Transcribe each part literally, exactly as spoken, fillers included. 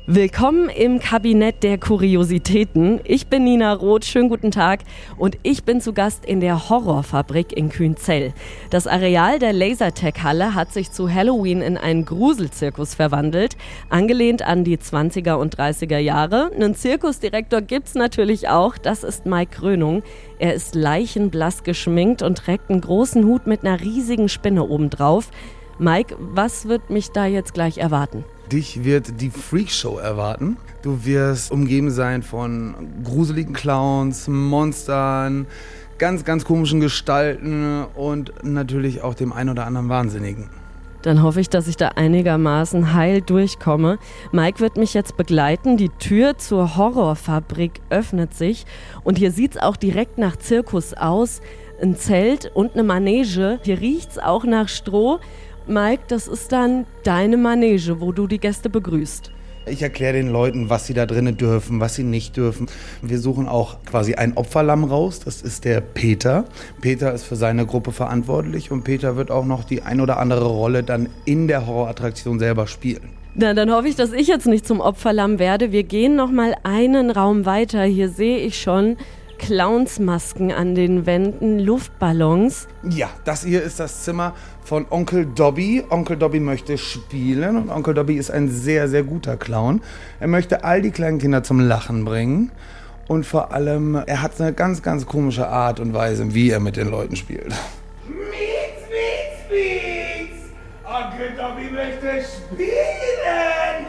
Willkommen im Kabinett der Kuriositäten. Ich bin Nina Roth, schönen guten Tag und ich bin zu Gast in der Horrorfabrik in Künzell. Das Areal der Lasertag-Halle hat sich zu Halloween in einen Gruselzirkus verwandelt, angelehnt an die zwanziger und dreißiger Jahre. Einen Zirkusdirektor gibt's natürlich auch, das ist Mike Grönung. Er ist leichenblass geschminkt und trägt einen großen Hut mit einer riesigen Spinne obendrauf. Mike, was wird mich da jetzt gleich erwarten? Dich wird die Freakshow erwarten. Du wirst umgeben sein von gruseligen Clowns, Monstern, ganz, ganz komischen Gestalten und natürlich auch dem einen oder anderen Wahnsinnigen. Dann hoffe ich, dass ich da einigermaßen heil durchkomme. Mike wird mich jetzt begleiten. Die Tür zur Horrorfabrik öffnet sich und hier sieht's auch direkt nach Zirkus aus. Ein Zelt und eine Manege. Hier riecht's auch nach Stroh. Mike, das ist dann deine Manege, wo du die Gäste begrüßt. Ich erkläre den Leuten, was sie da drinnen dürfen, was sie nicht dürfen. Wir suchen auch quasi ein Opferlamm raus, das ist der Peter. Peter ist für seine Gruppe verantwortlich und Peter wird auch noch die ein oder andere Rolle dann in der Horrorattraktion selber spielen. Na, dann hoffe ich, dass ich jetzt nicht zum Opferlamm werde. Wir gehen noch mal einen Raum weiter. Hier sehe ich schon Clownsmasken an den Wänden, Luftballons. Ja, das hier ist das Zimmer von Onkel Dobby. Onkel Dobby möchte spielen und Onkel Dobby ist ein sehr, sehr guter Clown. Er möchte all die kleinen Kinder zum Lachen bringen und vor allem, er hat eine ganz, ganz komische Art und Weise, wie er mit den Leuten spielt. Mietz, mietz, mietz! Onkel Dobby möchte spielen!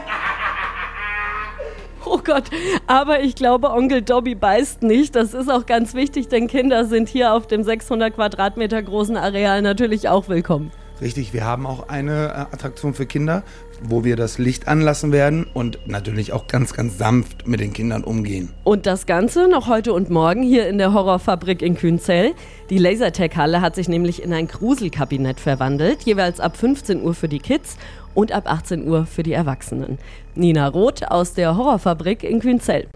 Oh Gott, aber ich glaube, Onkel Dobby beißt nicht. Das ist auch ganz wichtig, denn Kinder sind hier auf dem sechshundert Quadratmeter großen Areal natürlich auch willkommen. Richtig, wir haben auch eine äh, Attraktion für Kinder, wo wir das Licht anlassen werden und natürlich auch ganz, ganz sanft mit den Kindern umgehen. Und das Ganze noch heute und morgen hier in der Horrorfabrik in Künzell. Die Lasertag-Halle hat sich nämlich in ein Gruselkabinett verwandelt, jeweils ab fünfzehn Uhr für die Kids und ab achtzehn Uhr für die Erwachsenen. Nina Roth aus der Horrorfabrik in Künzell.